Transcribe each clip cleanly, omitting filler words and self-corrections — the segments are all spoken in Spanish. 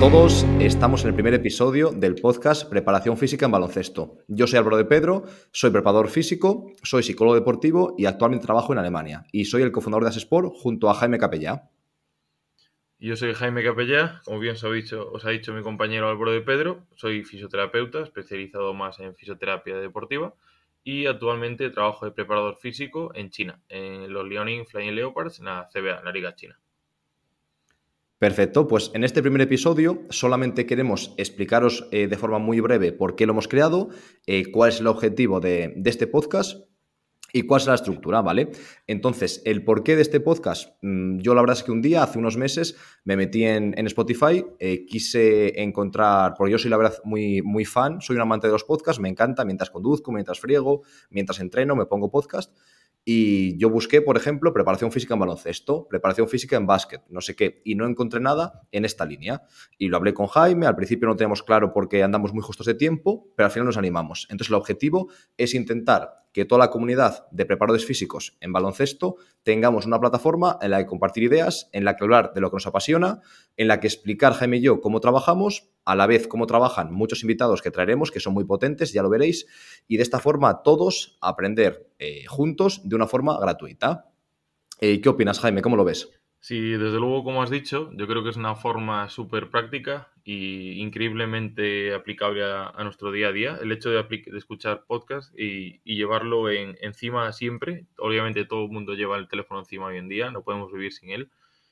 todos, estamos en el primer episodio del podcast Preparación Física en Baloncesto. Yo soy Álvaro de Pedro, soy preparador físico, soy psicólogo deportivo y actualmente trabajo en Alemania. Y soy el cofundador de Asesport junto a Jaime Capellá. Yo soy Jaime Capellá, como bien os ha dicho mi compañero Álvaro de Pedro, soy fisioterapeuta, especializado más en fisioterapia deportiva y actualmente trabajo de preparador físico en China, en los Liaoning Flying Leopards, en la CBA, en la Liga China. Perfecto, pues en este primer episodio solamente queremos explicaros de forma muy breve por qué lo hemos creado, cuál es el objetivo de este podcast y cuál es la estructura, ¿vale? Entonces, el porqué de este podcast, yo la verdad es que un día, hace unos meses, me metí en Spotify, quise encontrar, porque yo soy la verdad muy fan, soy un amante de los podcasts, me encanta, mientras conduzco, mientras friego, mientras entreno, me pongo podcast. Y yo busqué, por ejemplo, preparación física en baloncesto, preparación física en básquet, no sé qué, y no encontré nada en esta línea. Y lo hablé con Jaime, al principio no teníamos claro porque andamos muy justos de tiempo, pero al final nos animamos. Entonces, el objetivo es intentar que toda la comunidad de preparadores físicos en baloncesto tengamos una plataforma en la que compartir ideas, en la que hablar de lo que nos apasiona, en la que explicar Jaime y yo cómo trabajamos, a la vez cómo trabajan muchos invitados que traeremos, que son muy potentes, ya lo veréis, y de esta forma todos aprender juntos de una forma gratuita. ¿Qué opinas, Jaime? ¿Cómo lo ves? Sí, desde luego, como has dicho, yo creo que es una forma súper práctica y increíblemente aplicable a nuestro día a día. El hecho de escuchar podcast y llevarlo encima siempre. Obviamente todo el mundo lleva el teléfono encima hoy en día, no podemos vivir sin él.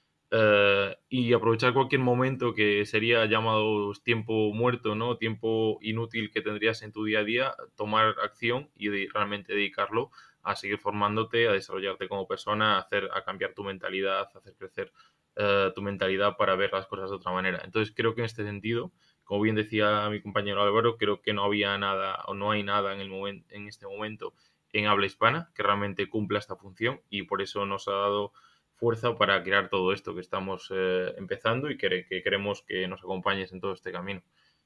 Y aprovechar cualquier momento que sería llamado tiempo muerto, ¿no? Tiempo inútil que tendrías en tu día a día, tomar acción y realmente dedicarlo a seguir formándote, a desarrollarte como persona, a cambiar tu mentalidad, a hacer crecer tu mentalidad para ver las cosas de otra manera. Entonces creo que en este sentido, como bien decía mi compañero Álvaro, creo que no había nada o no hay nada en este momento en habla hispana que realmente cumpla esta función y por eso nos ha dado fuerza para crear todo esto que estamos empezando y que queremos que nos acompañes en todo este camino.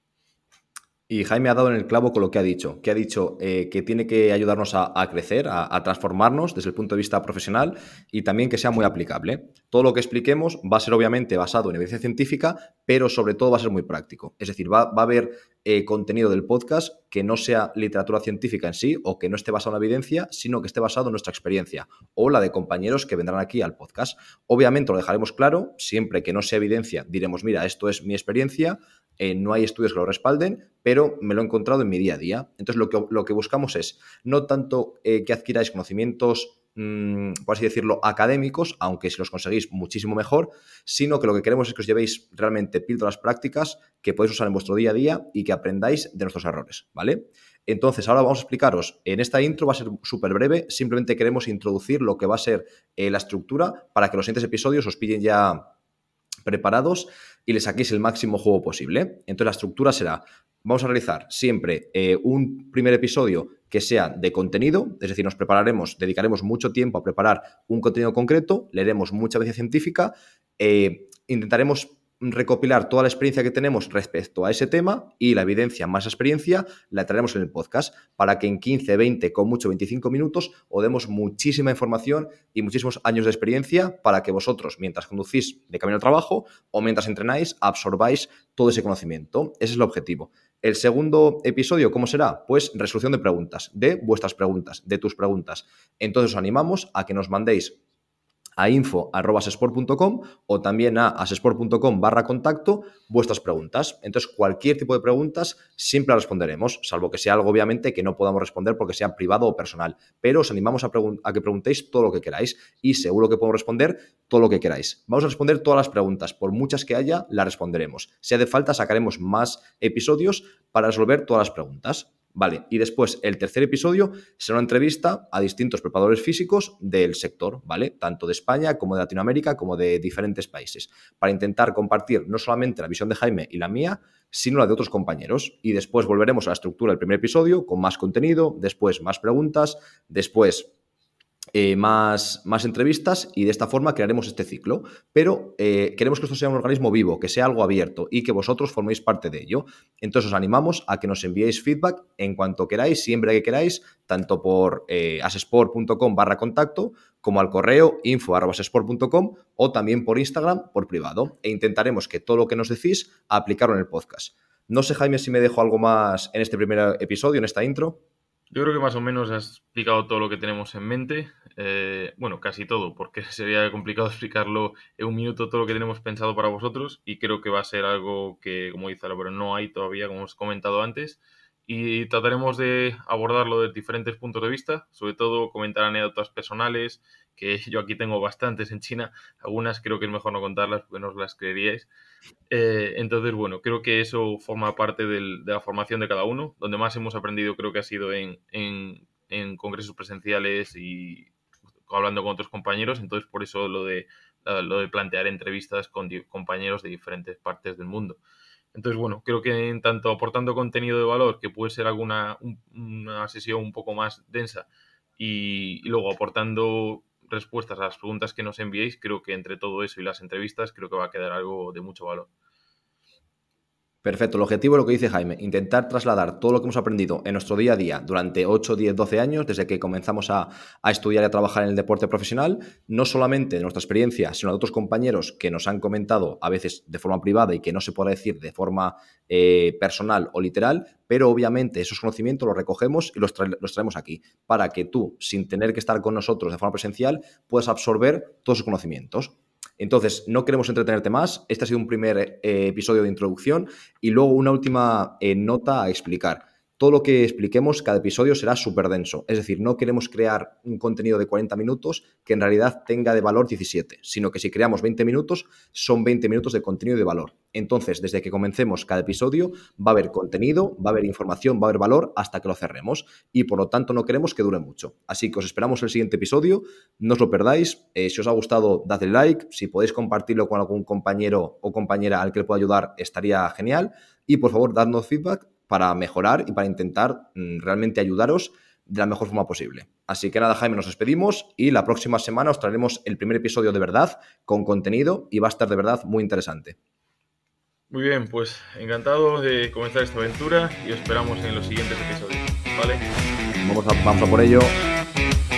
Y Jaime ha dado en el clavo con lo que ha dicho, que tiene que ayudarnos a crecer, a transformarnos desde el punto de vista profesional y también que sea muy aplicable. Todo lo que expliquemos va a ser obviamente basado en evidencia científica, pero sobre todo va a ser muy práctico. Es decir, va a haber contenido del podcast que no sea literatura científica en sí o que no esté basado en la evidencia, sino que esté basado en nuestra experiencia o la de compañeros que vendrán aquí al podcast. Obviamente lo dejaremos claro, siempre que no sea evidencia diremos, mira, esto es mi experiencia, no hay estudios que lo respalden, pero me lo he encontrado en mi día a día. Entonces, lo que buscamos es no tanto que adquiráis conocimientos, por así decirlo, académicos, aunque si los conseguís muchísimo mejor, sino que lo que queremos es que os llevéis realmente píldoras prácticas que podéis usar en vuestro día a día y que aprendáis de nuestros errores, ¿vale? Entonces, ahora vamos a explicaros, en esta intro va a ser súper breve, simplemente queremos introducir lo que va a ser la estructura para que los siguientes episodios os pillen ya preparados y le saquéis el máximo juego posible. Entonces la estructura será, vamos a realizar siempre un primer episodio que sea de contenido, es decir, dedicaremos mucho tiempo a preparar un contenido concreto, leeremos mucha evidencia científica, intentaremos recopilar toda la experiencia que tenemos respecto a ese tema y la evidencia más experiencia la traeremos en el podcast para que en 15, 20, con mucho 25 minutos os demos muchísima información y muchísimos años de experiencia para que vosotros, mientras conducís de camino al trabajo o mientras entrenáis, absorbáis todo ese conocimiento. Ese es el objetivo. El segundo episodio, ¿cómo será? Pues resolución de preguntas, de vuestras preguntas, de tus preguntas. Entonces os animamos a que nos mandéis a info@asesport.com o también a asesport.com/contacto vuestras preguntas. Entonces, cualquier tipo de preguntas siempre las responderemos, salvo que sea algo, obviamente, que no podamos responder porque sea privado o personal. Pero os animamos a que preguntéis todo lo que queráis y seguro que podemos responder todo lo que queráis. Vamos a responder todas las preguntas. Por muchas que haya, las responderemos. Si hace falta, sacaremos más episodios para resolver todas las preguntas. Vale, y después el tercer episodio será una entrevista a distintos preparadores físicos del sector, ¿vale? Tanto de España como de Latinoamérica, como de diferentes países, para intentar compartir no solamente la visión de Jaime y la mía, sino la de otros compañeros. Y después volveremos a la estructura del primer episodio con más contenido, después más preguntas, después más entrevistas y de esta forma crearemos este ciclo. Pero queremos que esto sea un organismo vivo, que sea algo abierto y que vosotros forméis parte de ello. Entonces os animamos a que nos enviéis feedback en cuanto queráis, siempre que queráis, tanto por asesport.com/contacto como al correo info@asesport.com o también por Instagram por privado. E intentaremos que todo lo que nos decís aplicarlo en el podcast. No sé, Jaime, si me dejo algo más en este primer episodio, en esta intro. Yo creo que más o menos has explicado todo lo que tenemos en mente. Bueno, casi todo, porque sería complicado explicarlo en un minuto todo lo que tenemos pensado para vosotros y creo que va a ser algo que, como dice Álvaro, no hay todavía, como hemos comentado antes. Y trataremos de abordarlo de diferentes puntos de vista, sobre todo comentar anécdotas personales, que yo aquí tengo bastantes en China. Algunas creo que es mejor no contarlas porque no os las creeríais. Entonces, bueno, creo que eso forma parte de la formación de cada uno. Donde más hemos aprendido creo que ha sido en congresos presenciales y hablando con otros compañeros. Entonces, por eso lo de plantear entrevistas con compañeros de diferentes partes del mundo. Entonces, bueno, creo que en tanto aportando contenido de valor, que puede ser una sesión un poco más densa, y luego aportando respuestas a las preguntas que nos enviéis, creo que entre todo eso y las entrevistas, creo que va a quedar algo de mucho valor. Perfecto, el objetivo es lo que dice Jaime, intentar trasladar todo lo que hemos aprendido en nuestro día a día durante 8, 10, 12 años, desde que comenzamos a estudiar y a trabajar en el deporte profesional, no solamente de nuestra experiencia, sino de otros compañeros que nos han comentado a veces de forma privada y que no se puede decir de forma personal o literal, pero obviamente esos conocimientos los recogemos y los traemos aquí, para que tú, sin tener que estar con nosotros de forma presencial, puedas absorber todos esos conocimientos. Entonces, no queremos entretenerte más. Este ha sido un primer episodio de introducción y luego una última nota a explicar. Todo lo que expliquemos, cada episodio será súper denso. Es decir, no queremos crear un contenido de 40 minutos que en realidad tenga de valor 17, sino que si creamos 20 minutos, son 20 minutos de contenido de valor. Entonces, desde que comencemos cada episodio, va a haber contenido, va a haber información, va a haber valor hasta que lo cerremos. Y por lo tanto, no queremos que dure mucho. Así que os esperamos el siguiente episodio. No os lo perdáis. Si os ha gustado, dadle like. Si podéis compartirlo con algún compañero o compañera al que le pueda ayudar, estaría genial. Y por favor, dadnos feedback para mejorar y para intentar realmente ayudaros de la mejor forma posible. Así que nada, Jaime, nos despedimos y la próxima semana os traeremos el primer episodio de verdad, con contenido, y va a estar de verdad muy interesante. Muy bien, pues encantado de comenzar esta aventura y os esperamos en los siguientes episodios, ¿vale? Vamos a por ello.